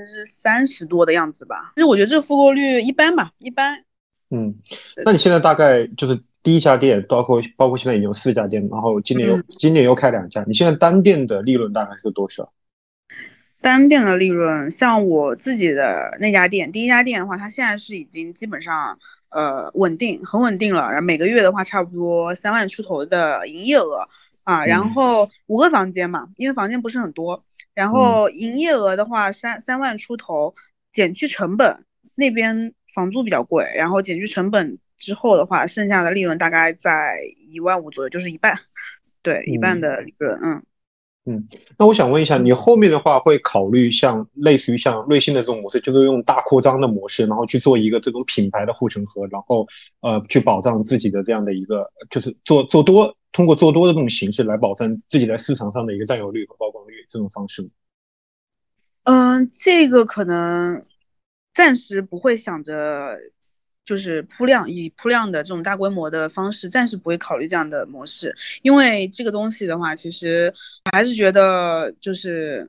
30%多的样子吧。其实我觉得这个复购率一般吧，一般。 嗯，那你现在大概就是第一家店，包括现在已经有4家店，然后嗯， 今年又开2家，你现在单店的利润大概是多少？ 单店的利润，像我自己的那家店，第一家店的话，它现在是已经基本上稳定，很稳定了。然后每个月的话，差不多3万出头的营业额啊。然嗯后5个房间嘛，因为房间不是很多，然嗯后营业额的话三万出头，减去成本，那边房租比较贵，然后减去成本之后的话，剩下的利润大概在1万5左右，就是一半，对，一半嗯的利润，嗯。 嗯，那我想问一下，你后面的话会考虑类似于像瑞幸的这种模式，就是用大扩张的模式，然后去做一个这种品牌的护城河，然后去保障自己的这样的一个，就是通过做多的这种形式来保证自己在市场上的一个占有率和曝光率这种方式吗？ 这个可能暂时不会想着，就是以铺量的这种大规模的方式，暂时不会考虑这样的模式，因为这个东西的话，其实我还是觉得就是，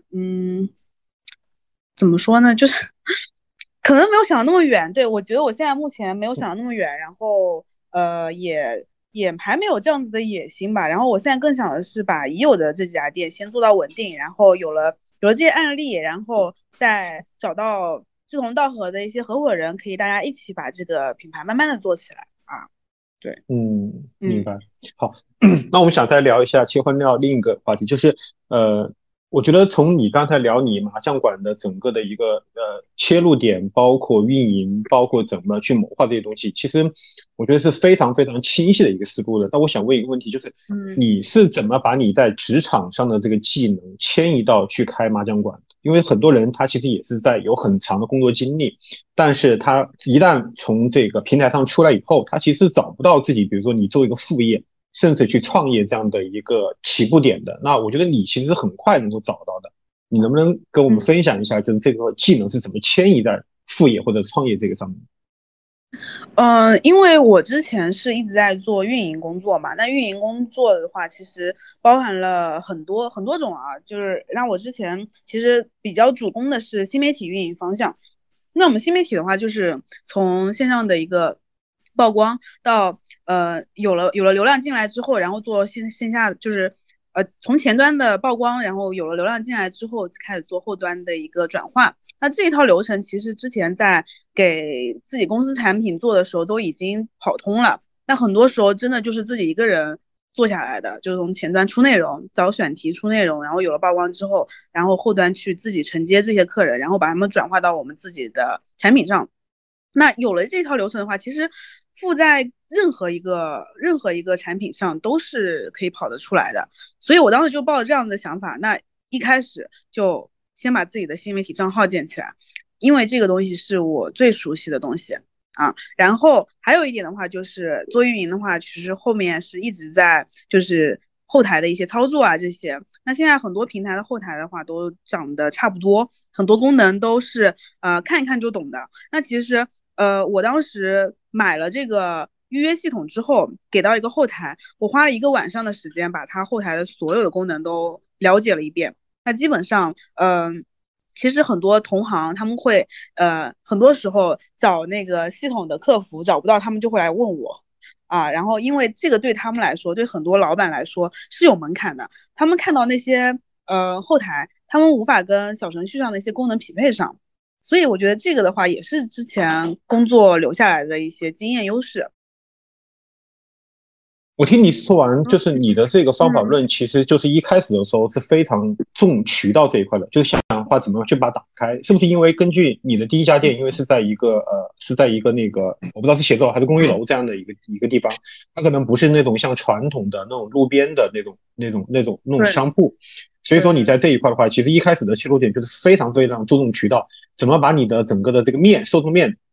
怎么说呢，就是可能没有想的那么远。对，我觉得我现在目前没有想的那么远，然后也还没有这样子的野心吧。然后我现在更想的是把已有的这几家店先做到稳定，然后有了这些案例，然后再找到志同道合的一些合伙人，可以大家一起把这个品牌慢慢的做起来啊。对， 明嗯白。好，那我们想再聊一下切换到另一个话题，就是呃，我觉得从你刚才聊你麻将馆的整个的一个切入点，包括运营，包括怎么去谋划这些东西，其实我觉得是非常非常清晰的一个思路的。那我想问一个问题，就是嗯你是怎么把你在职场上的这个技能迁移到去开麻将馆的？因为很多人他其实也是在有很长的工作经历，但是他一旦从这个平台上出来以后，他其实找不到自己，比如说你做一个副业，甚至去创业这样的一个起步点的。那我觉得你其实很快能够找到的。你能不能跟我们嗯。 分享一下，就是这个技能是怎么迁移在副业或者创业这个上面？ 因为我之前是一直在做运营工作嘛，那运营工作的话，其实包含了很多很多种啊，就是让我之前其实比较主攻的是新媒体运营方向。那我们新媒体的话，就是从线上的一个曝光到有了流量进来之后，然后做线下，就是从前端的曝光，然后有了流量进来之后，开始做后端的一个转化。那这一套流程其实之前在给自己公司产品做的时候都已经跑通了。那很多时候真的就是自己一个人做下来的，就是从前端出内容，找选题出内容，然后有了曝光之后，然后后端去自己承接这些客人，然后把他们转化到我们自己的产品上。那有了这套流程的话，其实附在任何一个产品上都是可以跑得出来的。所以我当时就抱着这样的想法，那一开始就先把自己的新媒体账号建起来，因为这个东西是我最熟悉的东西啊。然后还有一点的话，就是做运营的话，其实后面是一直在就是后台的一些操作啊这些。那现在很多平台的后台的话都长得差不多，很多功能都是看一看就懂的。那其实我当时买了这个预约系统之后，给到一个后台，我花了1个晚上的时间，把它后台的所有的功能都了解了一遍。那基本上，其实很多同行他们会，很多时候找那个系统的客服找不到，他们就会来问我。啊，然后因为这个对他们来说，对很多老板来说是有门槛的，他们看到那些后台，他们无法跟小程序上的一些功能匹配上，所以我觉得这个的话也是之前工作留下来的一些经验优势。 我听你说完， 嗯就是你的这个方法嗯论，其实就是一开始的时候是非常重渠道这一块的，就是想的话怎么样去把它打开，是不是因为根据你的第一家店，因为是在一个那个我不知道是写字楼还是公寓楼这样的一个地方，它可能不是那种像传统的那种路边的那种对商铺，所以说你对在这一块的话，其实一开始的切入点就是非常非常注重渠道，怎么把你的整个的这个受众面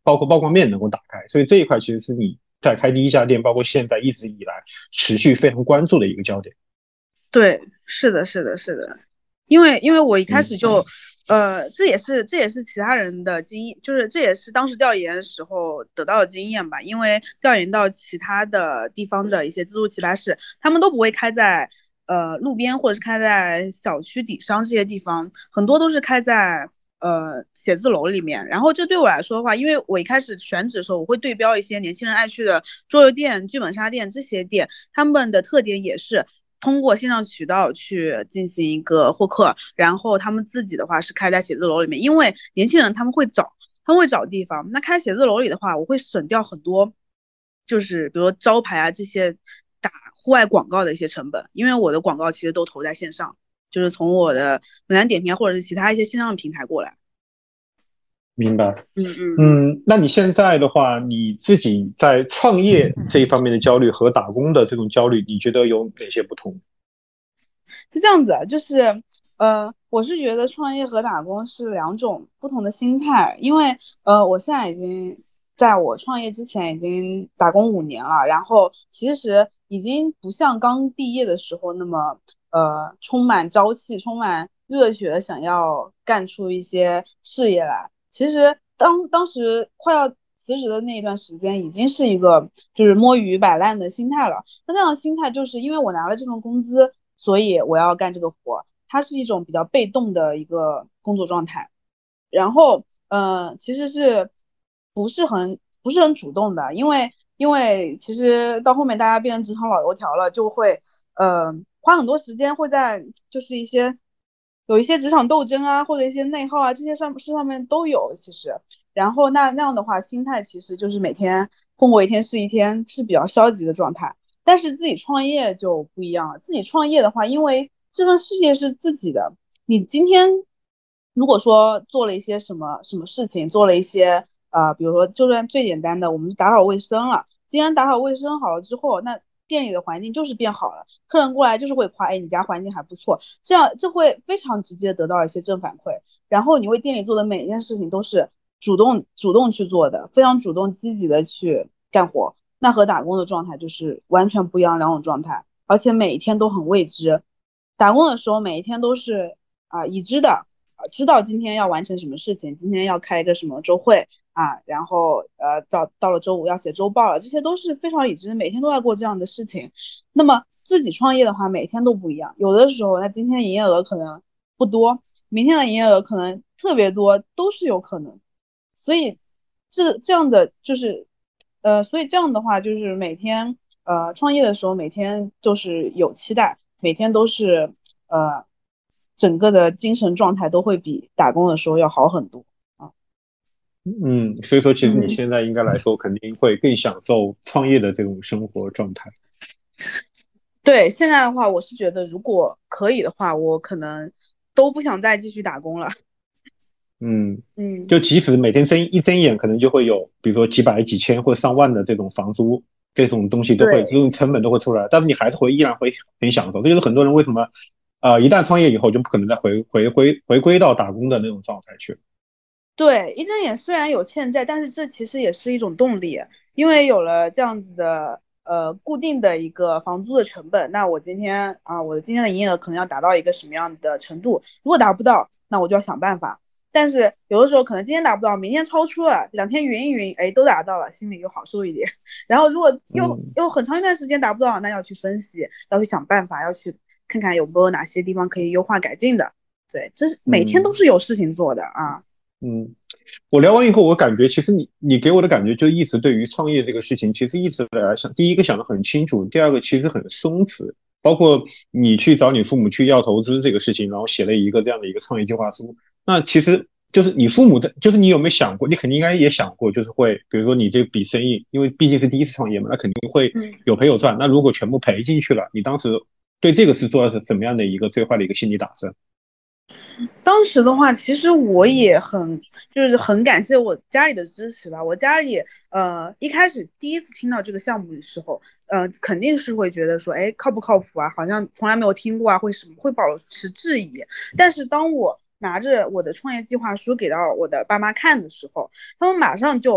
包括曝光面能够打开，所以这一块其实是你在开第一家店，包括现在一直以来持续非常关注的一个焦点。 对，是的，是的，是的，因为我一开始嗯就，这也是其他人的经验，就是这也是当时调研时候得到的经验吧。因为调研到其他的地方的一些自助棋牌室，他们都不会开在路边或者是开在小区底商这些地方，很多都是开在写字楼里面。然后这对我来说的话，因为我一开始选址的时候，我会对标一些年轻人爱去的桌游店、剧本杀店这些店，他们的特点也是通过线上渠道去进行一个获客，然后他们自己的话是开在写字楼里面，因为年轻人他们会找地方。那开写字楼里的话，我会省掉很多，就是比如说招牌啊这些打户外广告的一些成本，因为我的广告其实都投在线上，就是从我的美团点评或者是其他一些线上的平台过来。 明白。 嗯嗯嗯。 那你现在的话，你自己在创业这一方面的焦虑和打工的这种焦虑，你觉得有哪些不同？ 是这样子啊，就是我是觉得创业和打工是两种不同的心态。因为我现在已经在我创业之前已经打工5年了，然后其实已经不像刚毕业的时候那么充满朝气、充满热血的想要干出一些事业来。其实当时快要辞职的那一段时间，已经是一个就是摸鱼摆烂的心态了。那这样的心态就是因为我拿了这份工资，所以我要干这个活，它是一种比较被动的一个工作状态。然后，其实是不是很主动的，因为其实到后面大家变成职场老油条了，就会花很多时间会在就是有一些职场斗争啊，或者一些内耗啊，这些上面都有其实。然后那样的话，心态其实就是每天混过一天是一天，是比较消极的状态。但是自己创业就不一样了，自己创业的话，因为这份事业是自己的，你今天如果说做了一些什么什么事情，做了一些比如说就算最简单的，我们打扫卫生了，今天打扫卫生好了之后，那店里的环境就是变好了，客人过来就是会夸，哎，你家环境还不错，这会非常直接得到一些正反馈。然后你为店里做的每一件事情都是主动去做的，非常主动积极的去干活。那和打工的状态就是完全不一样两种状态，而且每一天都很未知。打工的时候每一天都是已知的，知道今天要完成什么事情，今天要开一个什么周会然后到了周五要写周报了，这些都是非常已知的，每天都在过这样的事情。那么自己创业的话，每天都不一样，有的时候那今天营业额可能不多，明天的营业额可能特别多，都是有可能。所以这样的就是所以这样的话就是每天创业的时候每天就是有期待，每天都是呃整个的精神状态都会比打工的时候要好很多啊。 所以说其实你嗯， 现在应该来说肯定会更享受创业的这种生活状态。 对，现在的话，我是觉得如果可以的话，我可能都不想再继续打工了。 嗯， 嗯， 就即使每天睁眼，可能就会有，比如说几百、几千或上万的这种房租，这种东西都会，这对。 种成本都会出来，但是你还是依然会很享受。这就是很多人为什么，一旦创业以后就不可能再回归到打工的那种状态去。 对，一睁眼虽然有欠债，但是这其实也是一种动力，因为有了这样子的固定的一个房租的成本，那我的今天的营业额可能要达到一个什么样的程度？如果达不到，那我就要想办法。但是有的时候可能今天达不到，明天超出了，2天匀一匀，哎，都达到了，心里就好受一点。然后如果又嗯又很长一段时间达不到，那要去分析，要去想办法，要去看看有没有哪些地方可以优化改进的。对，这是每天都嗯是有事情做的啊。 嗯。我聊完以后，我感觉其实你给我的感觉就一直对于创业这个事情，其实一直来想，第一个想得很清楚，第二个其实很松弛。包括你去找你父母去要投资这个事情，然后写了一个这样的一个创业计划书。那其实就是你父母在，就是你有没有想过，你肯定应该也想过，就是会，比如说你这笔生意，因为毕竟是第一次创业嘛，那肯定会嗯。 有赔有赚。那如果全部赔进去了，你当时对这个是做的是怎么样的一个最坏的一个心理打算？ 当时的话，其实我也就是很感谢我家里的支持吧。我家里一开始第一次听到这个项目的时候，肯定是会觉得说，哎，靠不靠谱啊？好像从来没有听过啊，会保持质疑。但是当我拿着我的创业计划书给到我的爸妈看的时候，他们马上就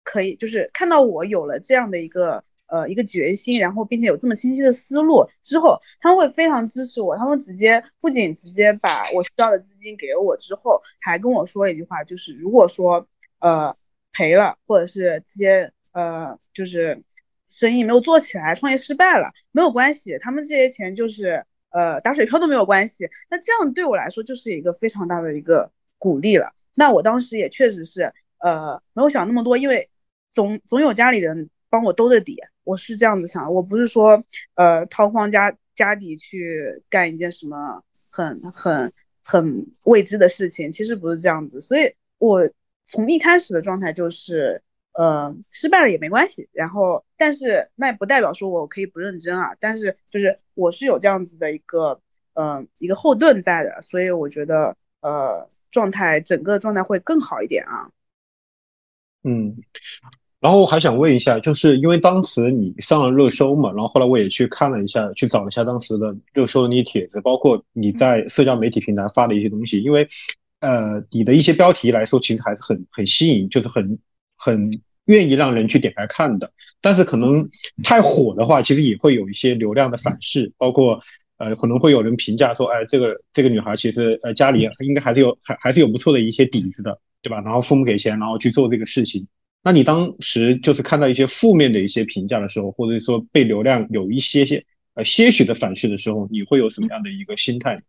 可以就是看到我有了这样的一个决心，然后并且有这么清晰的思路之后，他们会非常支持我，他们不仅直接把我需要的资金给了我之后，还跟我说了一句话，就是如果说赔了，或者是这些就是生意没有做起来，创业失败了，没有关系，他们这些钱就是打水漂都没有关系。那这样对我来说就是一个非常大的一个鼓励了。那我当时也确实是没有想那么多，因为总有家里人帮我兜着底，我是这样子想的，我不是说掏空家底去干一件什么很未知的事情，其实不是这样子，所以我从一开始的状态就是失败了也没关系，然后但是那也不代表说我可以不认真啊，但是就是我是有这样子的一个后盾在的，所以我觉得整个状态会更好一点啊。 嗯。然后我还想问一下，就是因为当时你上了热搜嘛，然后后来我也去看了一下，去找了一下当时的热搜的那些帖子，包括你在社交媒体平台发的一些东西，因为你的一些标题来说，其实还是很吸引，就是很愿意让人去点开看的。但是可能太火的话，其实也会有一些流量的反噬，包括可能会有人评价说，哎，这个女孩其实家里应该还是有不错的一些底子的，对吧？然后父母给钱，然后去做这个事情。那你当时就是看到一些负面的一些评价的时候，或者说被流量有些许的反噬的时候，你会有什么样的一个心态？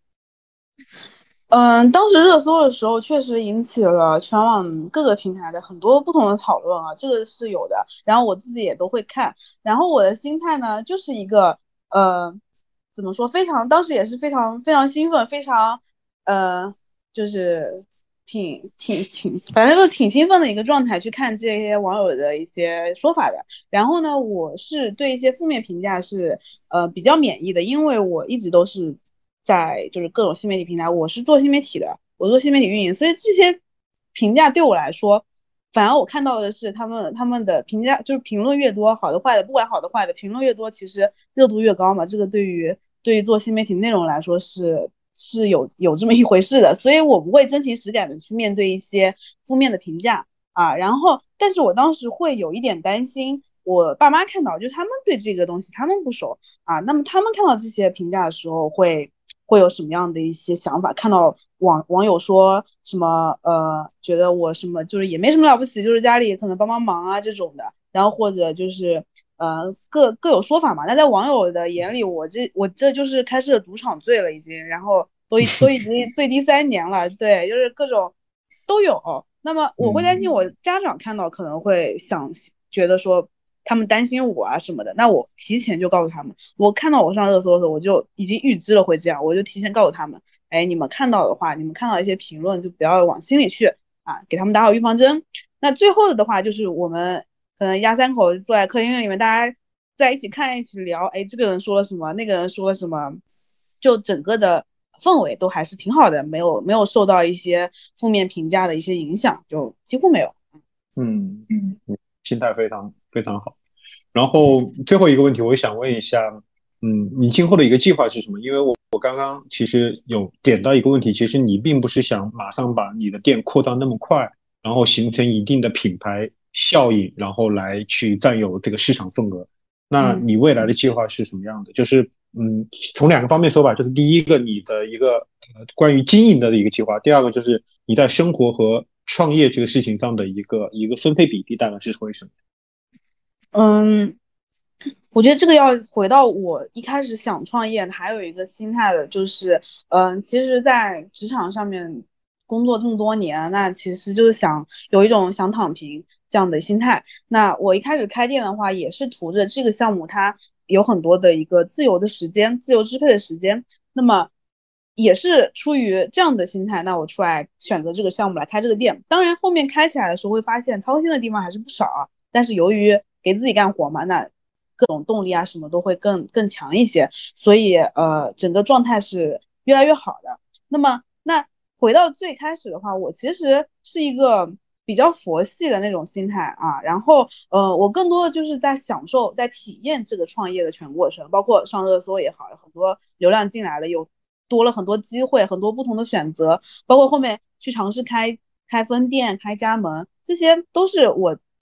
当时热搜的时候，确实引起了全网各个平台的很多不同的讨论啊，这个是有的。然后我自己也都会看，然后我的心态呢，就是一个怎么说，当时也是非常非常兴奋，非常呃，就是反正就挺兴奋的一个状态去看这些网友的一些说法的。然后呢，我是对一些负面评价是比较免疫的，因为我一直都是在就是各种新媒体平台，我是做新媒体的，我做新媒体运营，所以这些评价对我来说，反而我看到的是他们的评价就是评论越多，好的坏的，不管好的坏的，评论越多，其实热度越高嘛。这个对于做新媒体内容来说是有这么一回事的，所以我不会真情实感的去面对一些负面的评价。啊，然后，但是我当时会有一点担心，我爸妈看到，就是他们对这个东西他们不熟啊，那么他们看到这些评价的时候会有什么样的一些想法？看到网友说什么觉得我什么就是也没什么了不起，就是家里可能帮帮忙啊这种的，然后或者就是各有说法嘛。那在网友的眼里，我这就是开设赌场罪了已经，然后都已经最低3年了，对，就是各种都有。那么我会担心嗯我家长看到可能会觉得说他们担心我啊什么的，那我提前就告诉他们，我看到我上热搜的时候，我就已经预知了会这样，我就提前告诉他们，哎，你们看到的话，你们看到一些评论就不要往心里去啊，给他们打好预防针。那最后的话就是我们可能压三口坐在客厅里面，大家在一起看一起聊，哎，这个人说了什么，那个人说了什么，就整个的氛围都还是挺好的，没有受到一些负面评价的一些影响，就几乎没有。 嗯，心态非常非常好。然后最后一个问题，我想问一下，你今后的一个计划是什么？因为我刚刚其实有点到一个问题，其实你并不是想马上把你的店扩张那么快，然后形成一定的品牌效应，然后来去占有这个市场份额。那嗯。 你未来的计划是什么样的？就是从两个方面说吧，就是第一个你的一个关于经营的一个计划，第二个就是你在生活和创业这个事情上的一个分配比例大概是会什么？ 嗯，我觉得这个要回到我一开始想创业，还有一个心态的，就是，其实，在职场上面工作这么多年，那其实就是有一种想躺平这样的心态。那我一开始开店的话，也是图着这个项目它有很多的一个自由的时间、自由支配的时间。那么也是出于这样的心态，那我出来选择这个项目来开这个店。当然，后面开起来的时候会发现操心的地方还是不少啊。但是由于给自己干活嘛，那各种动力啊什么都会更强一些，所以整个状态是越来越好的。那么那回到最开始的话，我其实是一个比较佛系的那种心态啊，然后我更多的就是在享受、在体验这个创业的全过程，包括上热搜也好，有很多流量进来了，有多了很多机会，很多不同的选择，包括后面去尝试开分店、开加盟，这些都是我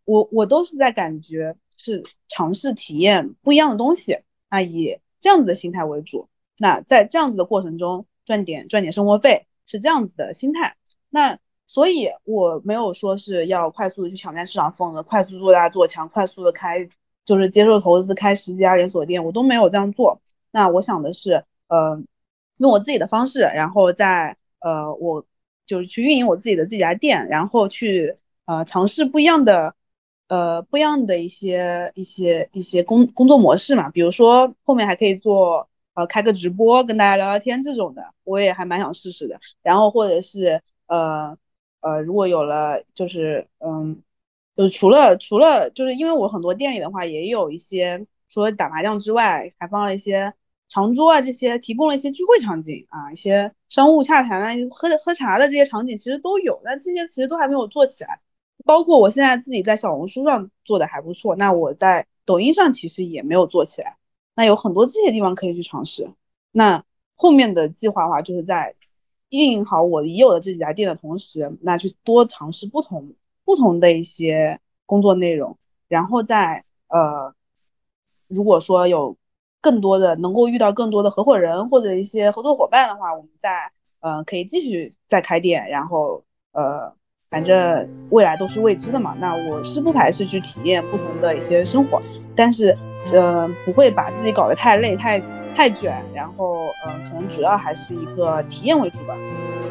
我都是在感觉是尝试体验不一样的东西，那以这样子的心态为主。那在这样子的过程中赚点生活费，是这样子的心态。那所以我没有说是要快速的去抢占市场份额，快速做大做强，快速的就是接受投资开10家连锁店，我都没有这样做。那我想的是，用我自己的方式，然后我就是去运营我自己的这家店，然后去尝试不一样的一些工作模式嘛，比如说后面还可以做开个直播跟大家聊聊天这种的，我也还蛮想试试的。然后或者是如果有了就是除了就是因为我很多店里的话也有一些除了打麻将之外，还放了一些长桌啊这些，提供了一些聚会场景啊，一些商务洽谈啊，喝茶的这些场景其实都有，但这些其实都还没有做起来。包括我现在自己在小红书上做的还不错，那我在抖音上其实也没有做起来，那有很多这些地方可以去尝试。那后面的计划的话，就是在运营好我已有的这几家店的同时，那去多尝试不同的一些工作内容，然后如果说有更多的能够遇到更多的合伙人或者一些合作伙伴的话，我们可以继续再开店，然后反正未来都是未知的嘛，那我是不排斥去体验不同的一些生活，但是不会把自己搞得太累太卷，然后可能主要还是一个体验为主吧。